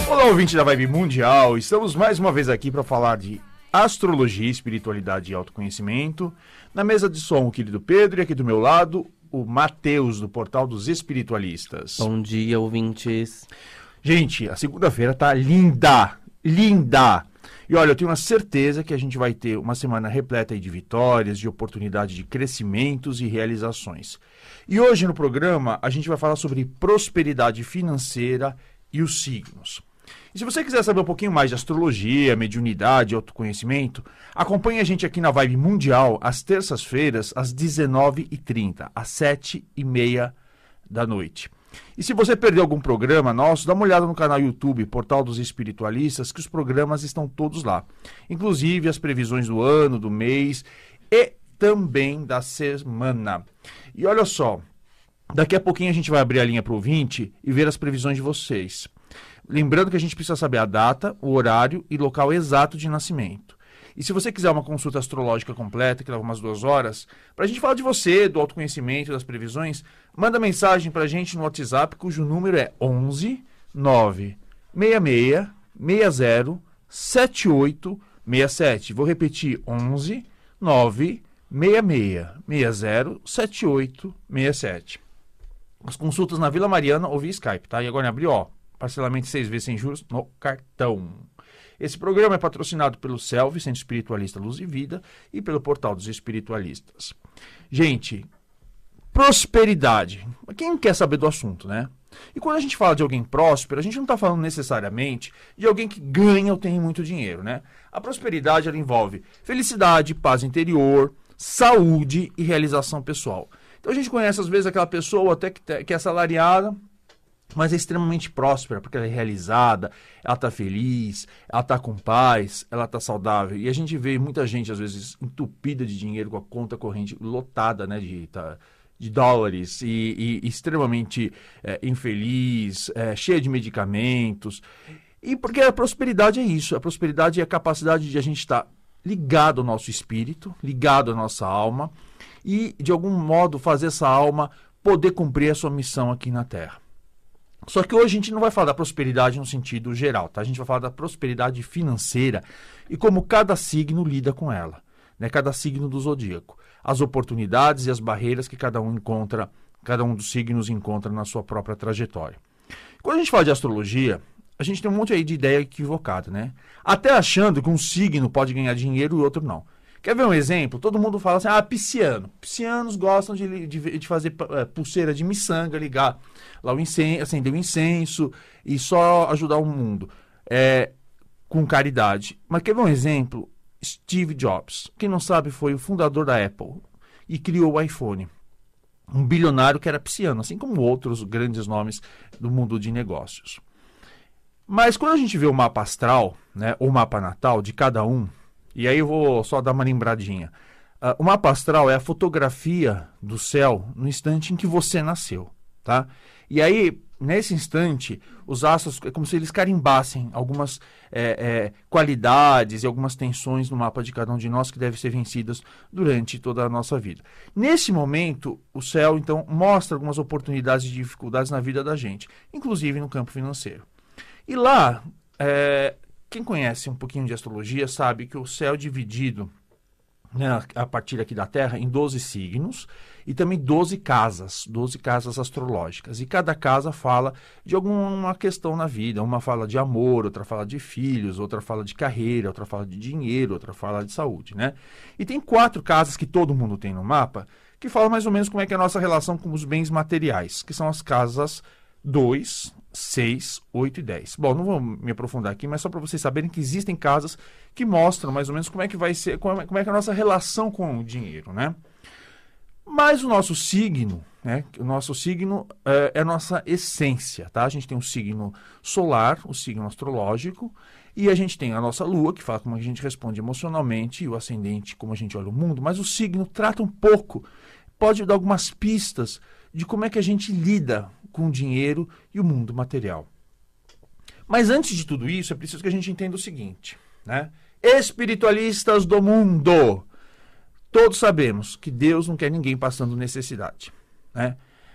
Olá, ouvinte da Vibe Mundial, estamos mais uma vez aqui para falar de astrologia, espiritualidade e autoconhecimento. Na mesa de som, o querido Pedro, e aqui do meu lado, o Matheus, do Portal dos Espiritualistas. Bom dia, ouvintes. Gente, a segunda-feira tá linda, linda! E olha, eu tenho uma certeza que a gente vai ter uma semana repleta aí de vitórias, de oportunidade de crescimentos e realizações. E hoje no programa a gente vai falar sobre prosperidade financeira e os signos. E se você quiser saber um pouquinho mais de astrologia, mediunidade e autoconhecimento, acompanhe a gente aqui na Vibe Mundial às terças-feiras, às 19h30, às 7h30 da noite. E se você perdeu algum programa nosso, dá uma olhada no canal YouTube, Portal dos Espiritualistas, que os programas estão todos lá. Inclusive as previsões do ano, do mês e também da semana. E olha só, daqui a pouquinho a gente vai abrir a linha para o ouvinte e ver as previsões de vocês. Lembrando que a gente precisa saber a data, o horário e local exato de nascimento. E se você quiser uma consulta astrológica completa, que leva umas 2 horas, para a gente falar de você, do autoconhecimento, das previsões, manda mensagem para a gente no WhatsApp, cujo número é 11 966 60 7867. Vou repetir, 11 966 60 7867. As consultas na Vila Mariana ou via Skype, tá? E agora em abril, parcelamento 6 vezes sem juros no cartão. Esse programa é patrocinado pelo CELV, Centro Espiritualista Luz e Vida, e pelo Portal dos Espiritualistas. Gente, prosperidade. Quem quer saber do assunto, né? E quando a gente fala de alguém próspero, a gente não está falando necessariamente de alguém que ganha ou tem muito dinheiro, né? A prosperidade, ela envolve felicidade, paz interior, saúde e realização pessoal. Então a gente conhece às vezes aquela pessoa até que é assalariada, mas é extremamente próspera, porque ela é realizada, ela está feliz, ela está com paz, ela está saudável. E a gente vê muita gente, às vezes, entupida de dinheiro, com a conta corrente lotada, né, de dólares, e extremamente infeliz, cheia de medicamentos. E porque a prosperidade é isso, a prosperidade é a capacidade de a gente estar ligado ao nosso espírito, ligado à nossa alma, e, de algum modo, fazer essa alma poder cumprir a sua missão aqui na Terra. Só que hoje a gente não vai falar da prosperidade no sentido geral, tá? A gente vai falar da prosperidade financeira e como cada signo lida com ela, né? Cada signo do zodíaco. As oportunidades e as barreiras que cada um dos signos encontra na sua própria trajetória. Quando a gente fala de astrologia, a gente tem um monte aí de ideia equivocada, né? Até achando que um signo pode ganhar dinheiro e o outro não. Quer ver um exemplo? Todo mundo fala assim, pisciano. Piscianos gostam de fazer pulseira de miçanga, ligar lá o incenso, acender o incenso e só ajudar o mundo com caridade. Mas quer ver um exemplo? Steve Jobs. Quem não sabe foi o fundador da Apple e criou o iPhone. Um bilionário que era pisciano, assim como outros grandes nomes do mundo de negócios. Mas quando a gente vê o mapa astral, né, o mapa natal de cada um, e aí eu vou só dar uma lembradinha. O mapa astral é a fotografia do céu no instante em que você nasceu, tá? E aí, nesse instante, os astros é como se eles carimbassem algumas qualidades e algumas tensões no mapa de cada um de nós que devem ser vencidas durante toda a nossa vida. Nesse momento, o céu, então, mostra algumas oportunidades e dificuldades na vida da gente, inclusive no campo financeiro. E lá, quem conhece um pouquinho de astrologia sabe que o céu é dividido, né, a partir aqui da Terra em 12 signos e também 12 casas astrológicas. E cada casa fala de alguma questão na vida. Uma fala de amor, outra fala de filhos, outra fala de carreira, outra fala de dinheiro, outra fala de saúde, né? E tem 4 casas que todo mundo tem no mapa que falam mais ou menos como é que é a nossa relação com os bens materiais, que são as casas 2, 6, 8 e 10. Bom, não vou me aprofundar aqui, mas só para vocês saberem que existem casas que mostram mais ou menos como é que vai ser, como é que é a nossa relação com o dinheiro, né? Mas o nosso signo, né? O nosso signo é a nossa essência, tá? A gente tem um signo solar, o signo astrológico, e a gente tem a nossa lua, que fala como a gente responde emocionalmente, e o ascendente, como a gente olha o mundo, mas o signo trata um pouco, pode dar algumas pistas de como é que a gente lida com o dinheiro e o mundo material. Mas antes de tudo isso, é preciso que a gente entenda o seguinte, né? Espiritualistas do mundo, todos sabemos que Deus não quer ninguém passando necessidade, né?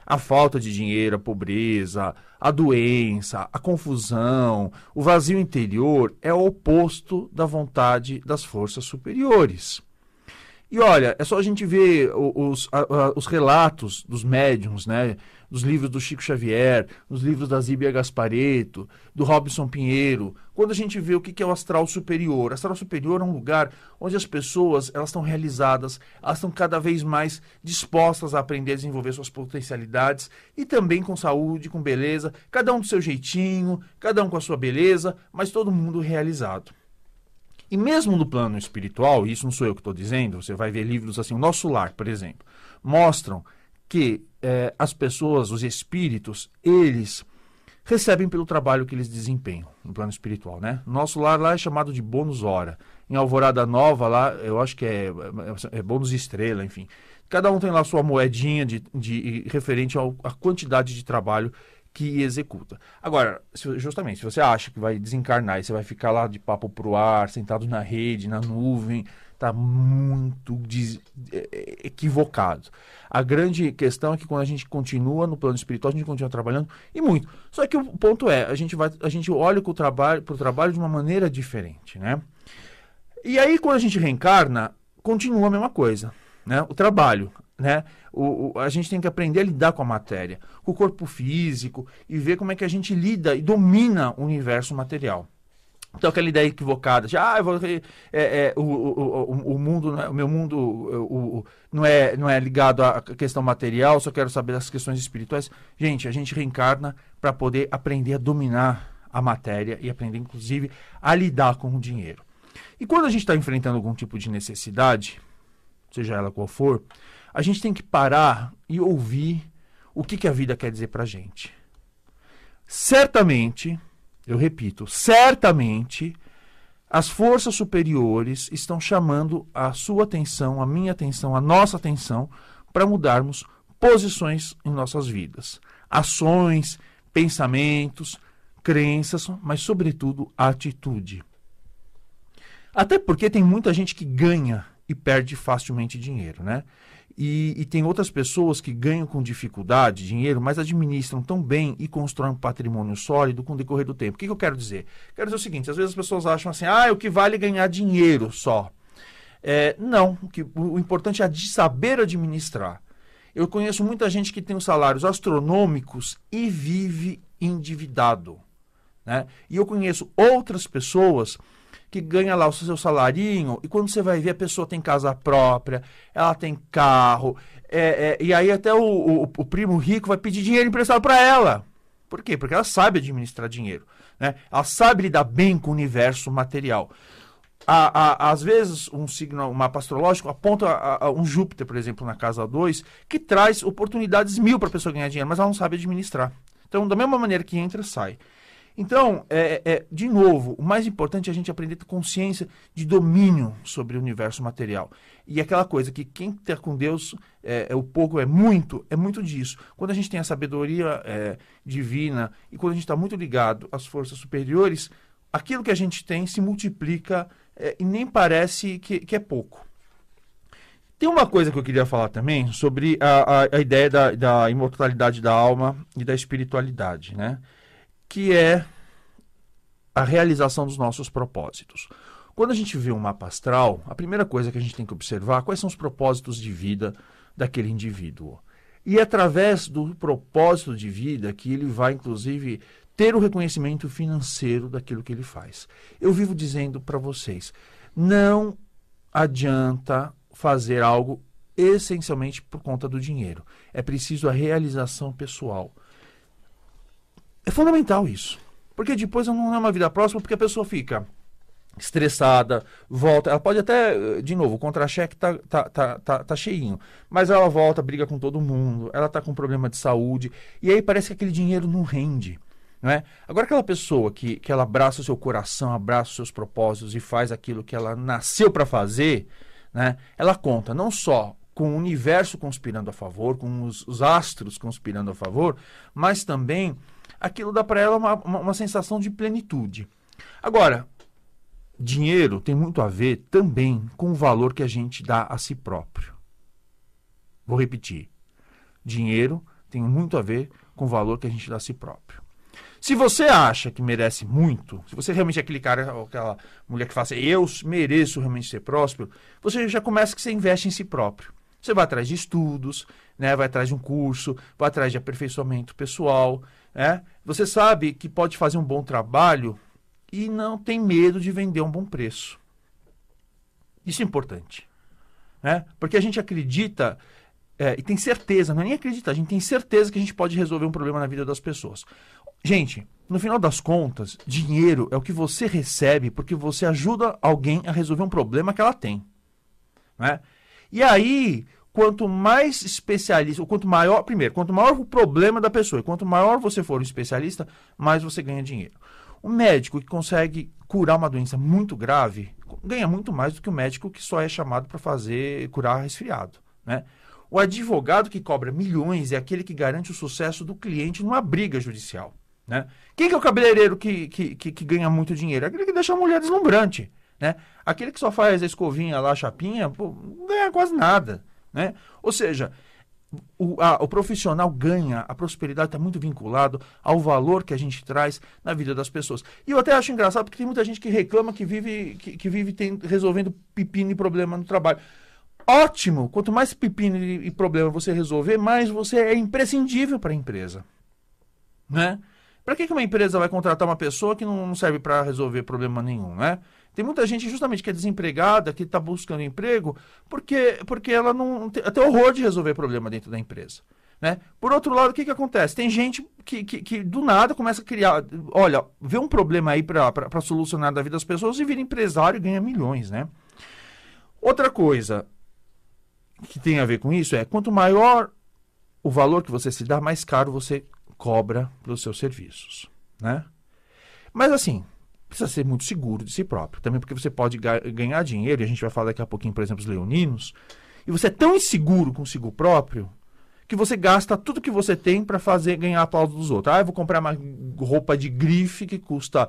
A falta de dinheiro, a pobreza, a doença, a confusão, o vazio interior é o oposto da vontade das forças superiores. E olha, é só a gente ver os relatos dos médiuns, né? Dos livros do Chico Xavier, dos livros da Zíbia Gasparetto, do Robson Pinheiro, quando a gente vê o que é o astral superior. O astral superior é um lugar onde as pessoas elas estão realizadas, elas estão cada vez mais dispostas a aprender a desenvolver suas potencialidades e também com saúde, com beleza, cada um do seu jeitinho, cada um com a sua beleza, mas todo mundo realizado. E mesmo no plano espiritual, e isso não sou eu que estou dizendo, você vai ver livros assim, o Nosso Lar, por exemplo, mostram que as pessoas, os espíritos, eles recebem pelo trabalho que eles desempenham no plano espiritual, né? Nosso Lar lá é chamado de bônus hora. Em Alvorada Nova, lá, eu acho que é bônus estrela, enfim. Cada um tem lá sua moedinha de referente à quantidade de trabalho que executa. Agora, justamente, se você acha que vai desencarnar e você vai ficar lá de papo pro ar, sentado na rede, na nuvem, está muito equivocado. A grande questão é que quando a gente continua no plano espiritual, a gente continua trabalhando e muito. Só que o ponto é, a gente olha para o trabalho de uma maneira diferente, né? E aí, quando a gente reencarna, continua a mesma coisa, né? O trabalho, né? A gente tem que aprender a lidar com a matéria, com o corpo físico e ver como é que a gente lida e domina o universo material. Então, aquela ideia equivocada de, o mundo, o meu mundo não é ligado à questão material, só quero saber das questões espirituais. Gente, a gente reencarna para poder aprender a dominar a matéria e aprender, inclusive, a lidar com o dinheiro. E quando a gente está enfrentando algum tipo de necessidade, seja ela qual for, a gente tem que parar e ouvir o que a vida quer dizer para a gente. Certamente, eu repito, certamente as forças superiores estão chamando a sua atenção, a minha atenção, a nossa atenção para mudarmos posições em nossas vidas. Ações, pensamentos, crenças, mas sobretudo a atitude. Até porque tem muita gente que ganha e perde facilmente dinheiro, né? E tem outras pessoas que ganham com dificuldade dinheiro, mas administram tão bem e constroem um patrimônio sólido com o decorrer do tempo. O que eu quero dizer? Quero dizer o seguinte, às vezes as pessoas acham assim, o que vale é ganhar dinheiro só. Não, o importante é saber administrar. Eu conheço muita gente que tem os salários astronômicos e vive endividado, né? E eu conheço outras pessoas que ganha lá o seu salarinho e quando você vai ver a pessoa tem casa própria, ela tem carro, e aí até o primo rico vai pedir dinheiro emprestado para ela. Por quê? Porque ela sabe administrar dinheiro, né? Ela sabe lidar bem com o universo material. Às vezes um mapa astrológico aponta um Júpiter, por exemplo, na casa 2, que traz oportunidades 1000 para a pessoa ganhar dinheiro, mas ela não sabe administrar. Então, da mesma maneira que entra, sai. Então, de novo, o mais importante é a gente aprender a ter consciência de domínio sobre o universo material. E aquela coisa que quem está com Deus, o pouco é muito disso. Quando a gente tem a sabedoria divina e quando a gente está muito ligado às forças superiores, aquilo que a gente tem se multiplica e nem parece que é pouco. Tem uma coisa que eu queria falar também sobre a ideia da imortalidade da alma e da espiritualidade, né? Que é a realização dos nossos propósitos. Quando a gente vê um mapa astral, a primeira coisa que a gente tem que observar quais são os propósitos de vida daquele indivíduo. E é através do propósito de vida que ele vai, inclusive, ter o reconhecimento financeiro daquilo que ele faz. Eu vivo dizendo para vocês, não adianta fazer algo essencialmente por conta do dinheiro. É preciso a realização pessoal. É fundamental isso. Porque depois não é uma vida próxima, porque a pessoa fica estressada, volta. Ela pode até, de novo, o contra-cheque tá cheinho. Mas ela volta, briga com todo mundo, ela tá com problema de saúde. E aí parece que aquele dinheiro não rende. Não é? Agora aquela pessoa que ela abraça o seu coração, abraça os seus propósitos e faz aquilo que ela nasceu para fazer, né? Ela conta não só com o universo conspirando a favor, com os astros conspirando a favor, mas também aquilo dá para ela uma sensação de plenitude. Agora, dinheiro tem muito a ver também com o valor que a gente dá a si próprio. Vou repetir. Dinheiro tem muito a ver com o valor que a gente dá a si próprio. Se você acha que merece muito, se você realmente é aquele cara, aquela mulher que fala assim, eu mereço realmente ser próspero, você já começa que você investe em si próprio. Você vai atrás de estudos, né? Vai atrás de um curso, vai atrás de aperfeiçoamento pessoal. Né? Você sabe que pode fazer um bom trabalho e não tem medo de vender um bom preço. Isso é importante. Né? Porque a gente acredita, e tem certeza, não é nem acreditar, a gente tem certeza que a gente pode resolver um problema na vida das pessoas. Gente, no final das contas, dinheiro é o que você recebe porque você ajuda alguém a resolver um problema que ela tem. Né? E aí, quanto mais especialista, ou quanto maior o problema da pessoa, e quanto maior você for um especialista, mais você ganha dinheiro. O médico que consegue curar uma doença muito grave ganha muito mais do que o médico que só é chamado para curar resfriado. Né? O advogado que cobra milhões é aquele que garante o sucesso do cliente numa briga judicial. Né? Quem que é o cabeleireiro que ganha muito dinheiro? Aquele que deixa a mulher deslumbrante. Né? Aquele que só faz a escovinha lá, a chapinha, não ganha quase nada. Né? Ou seja, o profissional ganha, a prosperidade está muito vinculado ao valor que a gente traz na vida das pessoas. E eu até acho engraçado porque tem muita gente que reclama que vive resolvendo pepino e problema no trabalho. Ótimo! Quanto mais pepino e problema você resolver, mais você é imprescindível para a empresa. Né? Para que uma empresa vai contratar uma pessoa que não serve para resolver problema nenhum, né? Tem muita gente justamente que é desempregada, que está buscando emprego, porque ela não tem até horror de resolver problema dentro da empresa. Né? Por outro lado, o que acontece? Tem gente que do nada começa a criar, olha, vê um problema aí para solucionar da vida das pessoas e vira empresário e ganha milhões. Né? Outra coisa que tem a ver com isso é, quanto maior o valor que você se dá, mais caro você cobra pelos seus serviços, né? Mas assim, precisa ser muito seguro de si próprio, também porque você pode ganhar dinheiro, e a gente vai falar daqui a pouquinho, por exemplo, os leoninos, e você é tão inseguro consigo próprio que você gasta tudo que você tem para ganhar aplauso dos outros. Eu vou comprar uma roupa de grife que custa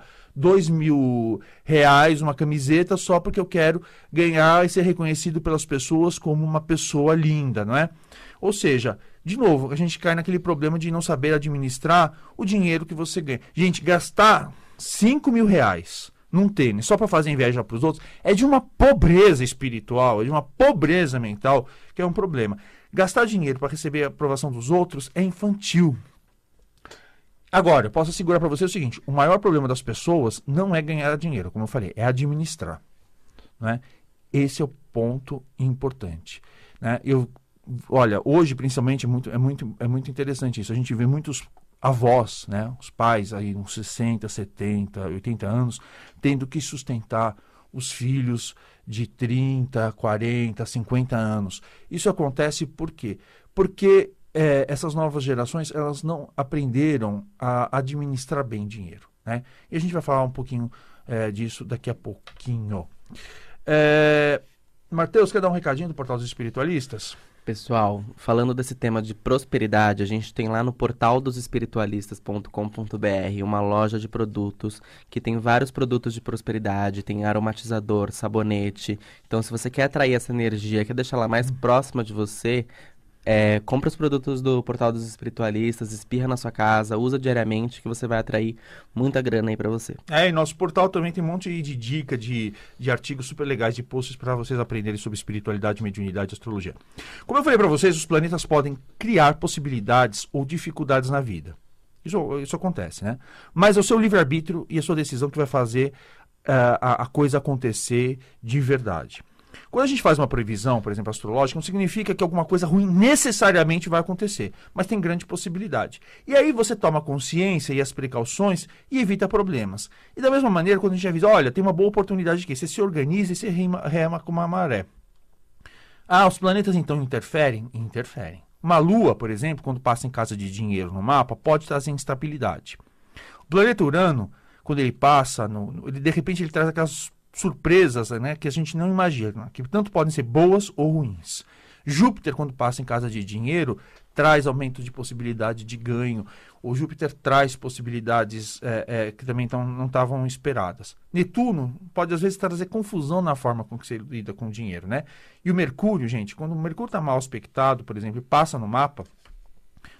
R$2.000, uma camiseta, só porque eu quero ganhar e ser reconhecido pelas pessoas como uma pessoa linda, não é? Ou seja, de novo, a gente cai naquele problema de não saber administrar o dinheiro que você ganha. Gente, gastar R$5.000 num tênis só para fazer inveja para os outros é de uma pobreza espiritual, é de uma pobreza mental, que é um problema. Gastar dinheiro para receber a aprovação dos outros é infantil. Agora, eu posso assegurar para você o seguinte, o maior problema das pessoas não é ganhar dinheiro, como eu falei, é administrar. Né? Esse é o ponto importante. Né? Olha, hoje, principalmente, é muito interessante isso. A gente vê muitos avós, né, os pais aí uns 60, 70, 80 anos, tendo que sustentar os filhos de 30, 40, 50 anos. Isso acontece por quê? Porque essas novas gerações, elas não aprenderam a administrar bem dinheiro. Né? E a gente vai falar um pouquinho disso daqui a pouquinho. Mateus, quer dar um recadinho do Portal dos Espiritualistas? Pessoal, falando desse tema de prosperidade, a gente tem lá no portaldosespiritualistas.com.br uma loja de produtos que tem vários produtos de prosperidade, tem aromatizador, sabonete. Então, se você quer atrair essa energia, quer deixar ela mais próxima de você, compra os produtos do Portal dos Espiritualistas, espirra na sua casa, usa diariamente que você vai atrair muita grana aí pra você. E nosso portal também tem um monte de dica, de artigos super legais, de posts para vocês aprenderem sobre espiritualidade, mediunidade e astrologia. Como eu falei para vocês, os planetas podem criar possibilidades ou dificuldades na vida. Isso acontece, né? Mas é o seu livre-arbítrio e a sua decisão que vai fazer a coisa acontecer de verdade. Quando a gente faz uma previsão, por exemplo, astrológica, não significa que alguma coisa ruim necessariamente vai acontecer, mas tem grande possibilidade. E aí você toma consciência e as precauções e evita problemas. E da mesma maneira, quando a gente avisa, olha, tem uma boa oportunidade aqui, você se organiza e você rema com uma maré. Os planetas então interferem? Interferem. Uma lua, por exemplo, quando passa em casa de dinheiro no mapa, pode trazer instabilidade. O planeta Urano, quando ele passa, de repente ele traz aquelas surpresas, né, que a gente não imagina, que tanto podem ser boas ou ruins. Júpiter, quando passa em casa de dinheiro, traz aumento de possibilidade de ganho. O Júpiter traz possibilidades que também não estavam esperadas. Netuno pode, às vezes, trazer confusão na forma com que você lida com o dinheiro. Né? E o Mercúrio, gente, quando o Mercúrio está mal aspectado, por exemplo, e passa no mapa,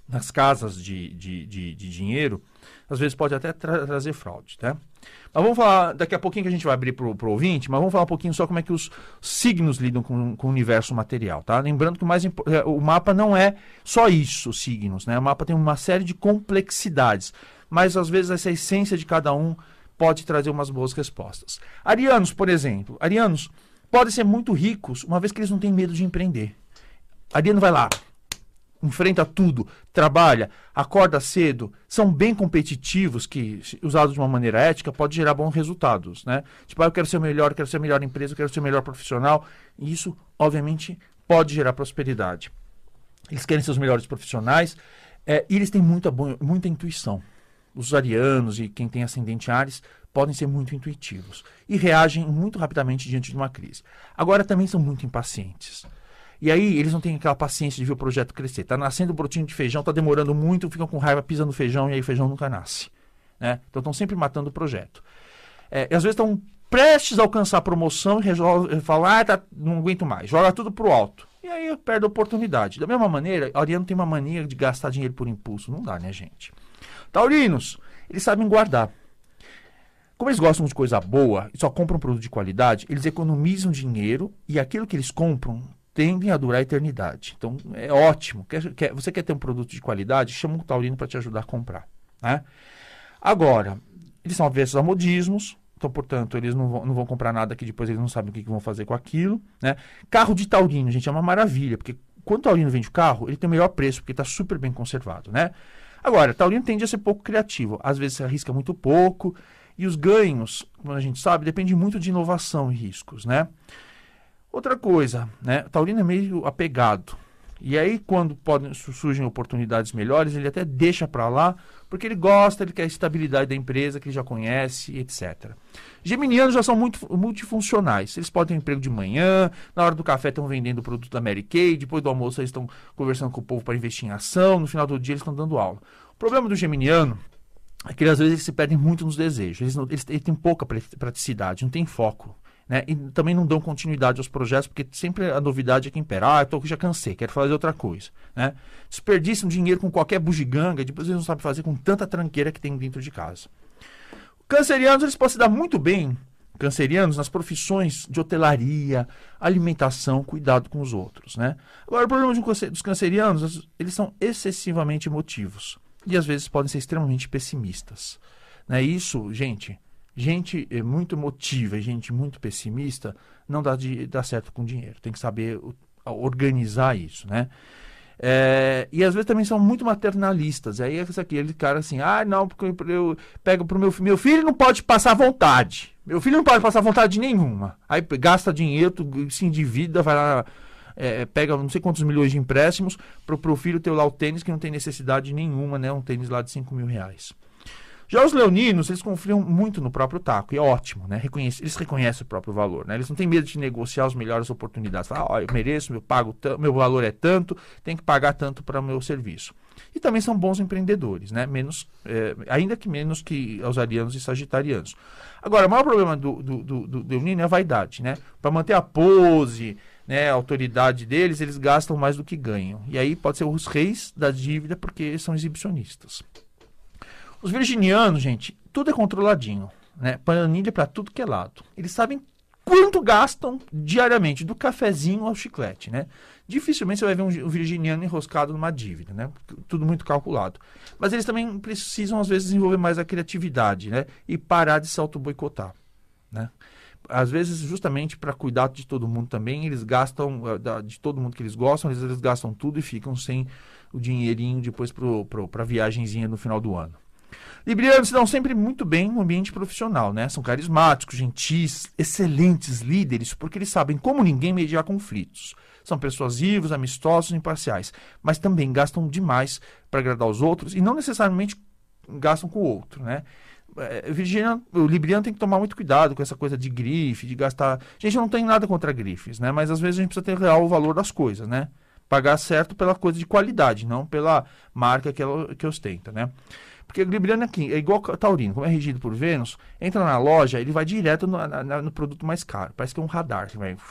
nas casas de dinheiro, às vezes pode até trazer fraude, tá? Mas vamos falar, daqui a pouquinho que a gente vai abrir para o ouvinte, mas vamos falar um pouquinho só como é que os signos lidam com o universo material, tá? Lembrando que o mapa não é só isso, os signos, né? O mapa tem uma série de complexidades, mas às vezes essa essência de cada um pode trazer umas boas respostas. Arianos, por exemplo, arianos podem ser muito ricos, uma vez que eles não têm medo de empreender. Ariano vai lá, enfrenta tudo, trabalha, acorda cedo, são bem competitivos, que, usados de uma maneira ética, pode gerar bons resultados, né? Tipo, eu quero ser o melhor, quero ser a melhor empresa, quero ser o melhor profissional, e isso, obviamente, pode gerar prosperidade. Eles querem ser os melhores profissionais, e eles têm muita intuição. Os arianos e quem tem ascendente Áries podem ser muito intuitivos e reagem muito rapidamente diante de uma crise. Agora, também são muito impacientes. E aí, eles não têm aquela paciência de ver o projeto crescer. Está nascendo o brotinho de feijão, está demorando muito, ficam com raiva, pisam no feijão e aí o feijão nunca nasce, né? Então, estão sempre matando o projeto. E às vezes estão prestes a alcançar a promoção e falam, não aguento mais, joga tudo para o alto. E aí, perde a oportunidade. Da mesma maneira, o ariano tem uma mania de gastar dinheiro por impulso. Não dá, né, gente? Taurinos, eles sabem guardar. Como eles gostam de coisa boa e só compram produto de qualidade, eles economizam dinheiro e aquilo que eles compram tendem a durar a eternidade. Então, é ótimo. Você quer ter um produto de qualidade? Chama um taurino para te ajudar a comprar, né? Agora, eles são avessos a modismos, então, portanto, eles não vão comprar nada que depois eles não sabem o que vão fazer com aquilo, né? Carro de taurino, gente, é uma maravilha, porque quando o taurino vende o carro, ele tem o melhor preço, porque está super bem conservado, né? Agora, taurino tende a ser pouco criativo, às vezes se arrisca muito pouco, e os ganhos, como a gente sabe, depende muito de inovação e riscos, né? Outra coisa, né? O taurino é meio apegado. E aí, quando surgem oportunidades melhores, ele até deixa para lá, porque ele gosta, ele quer a estabilidade da empresa, que ele já conhece, etc. Geminianos já são muito multifuncionais. Eles podem ter um emprego de manhã, na hora do café estão vendendo o produto da Mary Kay, depois do almoço eles estão conversando com o povo para investir em ação, no final do dia eles estão dando aula. O problema do geminiano é que às vezes eles se perdem muito nos desejos. Eles têm pouca praticidade, não tem foco. Né? E também não dão continuidade aos projetos, porque sempre a novidade é que impera. Já cansei, quero fazer outra coisa. Né? Desperdiçam dinheiro com qualquer bugiganga, depois eles não sabem fazer com tanta tranqueira que tem dentro de casa. Cancerianos, eles podem se dar muito bem, cancerianos, nas profissões de hotelaria, alimentação, cuidado com os outros. Né? Agora, o problema dos cancerianos, eles são excessivamente emotivos e às vezes podem ser extremamente pessimistas. Né? Isso, gente muito emotiva e gente muito pessimista não dá certo com dinheiro. Tem que saber organizar isso, né? E às vezes também são muito maternalistas. Aí aquele cara assim, não, porque eu pego pro meu filho não pode passar vontade. Meu filho não pode passar vontade nenhuma. Aí gasta dinheiro, se endivida, vai lá, pega não sei quantos milhões de empréstimos pro filho ter lá o tênis que não tem necessidade nenhuma, né? Um tênis lá de R$5.000. Já os leoninos, eles confiam muito no próprio taco, e é ótimo, né? Eles reconhecem o próprio valor, né? Eles não têm medo de negociar as melhores oportunidades. Falam, eu mereço, meu valor é tanto, tenho que pagar tanto para o meu serviço. E também são bons empreendedores, né? Ainda que menos que os arianos e sagitarianos. Agora, o maior problema do leonino é a vaidade, né? Para manter a pose, né, a autoridade deles, eles gastam mais do que ganham. E aí pode ser os reis da dívida, porque eles são exibicionistas. Os virginianos, gente, tudo é controladinho, né? Planilha para tudo que é lado. Eles sabem quanto gastam diariamente, do cafezinho ao chiclete, né? Dificilmente você vai ver um virginiano enroscado numa dívida, né? Tudo muito calculado. Mas eles também precisam, às vezes, desenvolver mais a criatividade, né? E parar de se auto-boicotar, né? Às vezes, justamente para cuidar de todo mundo também, eles gastam, de todo mundo que eles gostam, eles gastam tudo e ficam sem o dinheirinho depois para a viagenzinha no final do ano. Librianos se dão sempre muito bem no ambiente profissional, né? São carismáticos, gentis, excelentes líderes, porque eles sabem como ninguém mediar conflitos. São persuasivos, amistosos, imparciais, mas também gastam demais para agradar os outros e não necessariamente gastam com o outro, né? O libriano tem que tomar muito cuidado com essa coisa de grife, de gastar... Gente, eu não tenho nada contra grifes, né? Mas às vezes a gente precisa ter real o valor das coisas, né? Pagar certo pela coisa de qualidade, não pela marca que ostenta, né? Porque o libriano aqui é igual o taurino, como é regido por Vênus, entra na loja, ele vai direto no produto mais caro. Parece que é um radar, que vai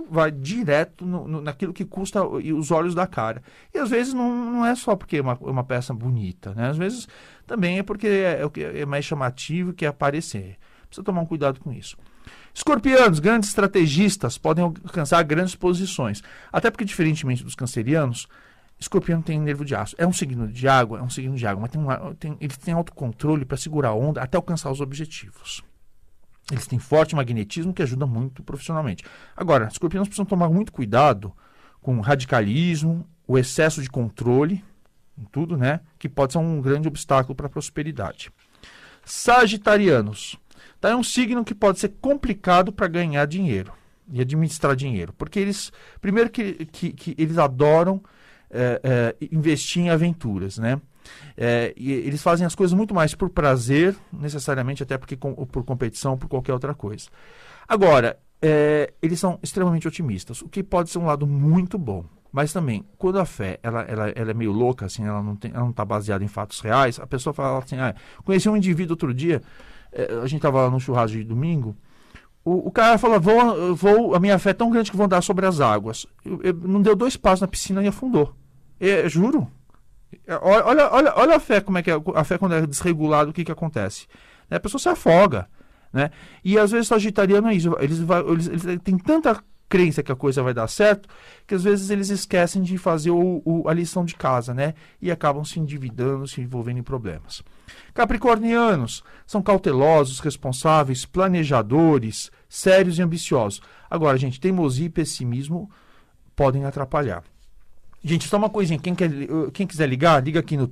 vai direto naquilo que custa os olhos da cara. E às vezes não é só porque é uma peça bonita, né? Às vezes também é porque é o que é mais chamativo, que é aparecer. Precisa tomar um cuidado com isso. Escorpianos, grandes estrategistas, podem alcançar grandes posições. Até porque, diferentemente dos cancerianos, escorpião tem nervo de aço. É um signo de água, mas eles têm autocontrole para segurar a onda até alcançar os objetivos. Eles têm forte magnetismo que ajuda muito profissionalmente. Agora, escorpiões precisam tomar muito cuidado com o radicalismo, o excesso de controle, em tudo, né? Que pode ser um grande obstáculo para a prosperidade. Sagitarianos. Tá, é um signo que pode ser complicado para ganhar dinheiro e administrar dinheiro. Porque eles, primeiro que eles adoram investir em aventuras, né? E eles fazem as coisas muito mais por prazer, necessariamente, até porque por competição, por qualquer outra coisa. Agora, eles são extremamente otimistas, o que pode ser um lado muito bom. Mas também, quando a fé ela é meio louca, assim, ela não está baseada em fatos reais, a pessoa fala assim, conheci um indivíduo outro dia, a gente estava lá no churrasco de domingo, o cara falou, a minha fé é tão grande que vou andar sobre as águas. Não deu 2 passos na piscina e afundou. Juro. Olha a fé, como é que é. A fé, quando é desregulada, o que acontece? A pessoa se afoga, né? E às vezes o sagitariano é isso. Eles têm tanta crença que a coisa vai dar certo, que às vezes eles esquecem de fazer a lição de casa, né? E acabam se endividando, se envolvendo em problemas. Capricornianos são cautelosos, responsáveis, planejadores, sérios e ambiciosos. Agora, gente, teimosia e pessimismo podem atrapalhar. Gente, só uma coisinha, quem quiser ligar, liga aqui no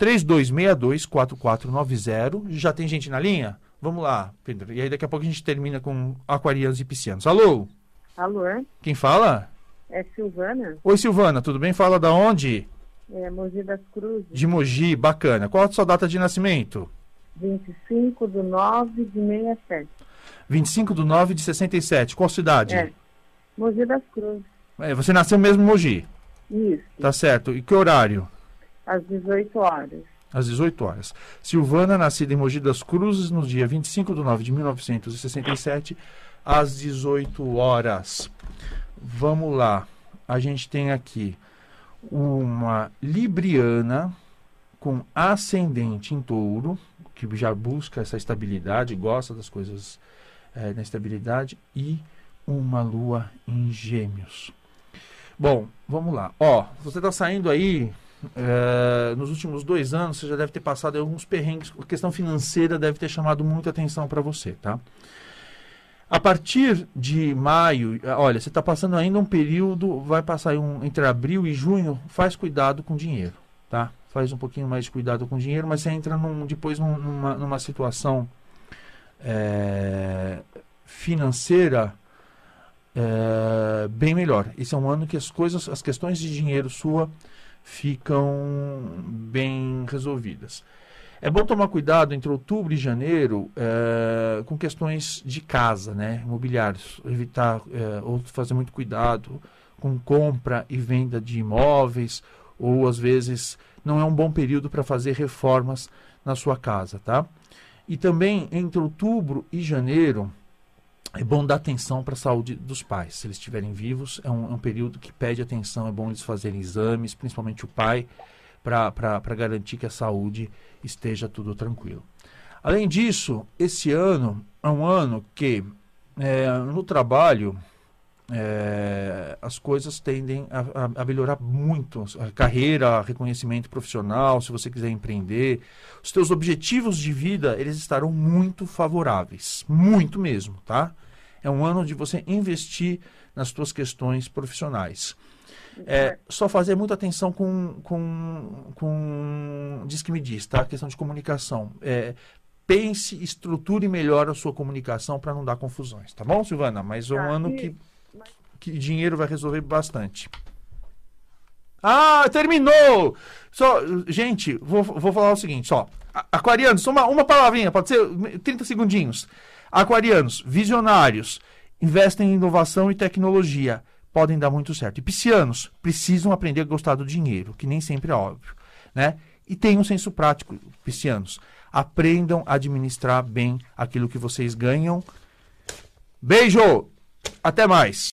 3262-4490. Já tem gente na linha? Vamos lá, Pedro. E aí daqui a pouco a gente termina com aquarianos e piscianos. Alô? Alô? Quem fala? É Silvana. Oi, Silvana, tudo bem? Fala da onde? Mogi das Cruzes. De Mogi, bacana. Qual a sua data de nascimento? 25/9/67. 25/9/67. Qual cidade? Mogi das Cruzes. Você nasceu mesmo em Mogi? Isso. Tá certo. E que horário? Às 18 horas. Às 18 horas. Silvana, nascida em Mogi das Cruzes, no dia 25/9/1967, às 18 horas. Vamos lá. A gente tem aqui uma libriana com ascendente em touro, que já busca essa estabilidade, gosta das coisas na estabilidade, e uma lua em gêmeos. Bom, vamos lá. Você está saindo aí, nos últimos 2 anos, você já deve ter passado alguns perrengues, a questão financeira deve ter chamado muita atenção para você, tá? A partir de maio, olha, você está passando ainda um período, vai passar entre abril e junho, faz cuidado com dinheiro, tá? Faz um pouquinho mais de cuidado com dinheiro, mas você entra depois numa situação financeira bem melhor. Esse é um ano que as questões de dinheiro sua ficam bem resolvidas. É bom tomar cuidado entre outubro e janeiro com questões de casa, né? Imobiliários. Evitar ou fazer muito cuidado com compra e venda de imóveis, ou às vezes não é um bom período para fazer reformas na sua casa, tá? E também entre outubro e janeiro é bom dar atenção para a saúde dos pais. Se eles estiverem vivos, é um período que pede atenção, é bom eles fazerem exames, principalmente o pai, para garantir que a saúde esteja tudo tranquilo. Além disso, esse ano é um ano que no trabalho as coisas tendem a melhorar muito. A carreira, reconhecimento profissional, se você quiser empreender, os seus objetivos de vida, eles estarão muito favoráveis. Muito mesmo, tá? É um ano de você investir nas suas questões profissionais. Só fazer muita atenção com diz que me diz, tá? A questão de comunicação. Pense, estruture melhor a sua comunicação para não dar confusões, tá bom, Silvana? Mas é um ano que dinheiro vai resolver bastante. Terminou! Gente, vou falar o seguinte, aquarianos, só uma palavrinha, pode ser 30 segundinhos. Aquarianos, visionários, investem em inovação e tecnologia, podem dar muito certo. E piscianos, precisam aprender a gostar do dinheiro, que nem sempre é óbvio, né? E tenham um senso prático, piscianos. Aprendam a administrar bem aquilo que vocês ganham. Beijo! Até mais!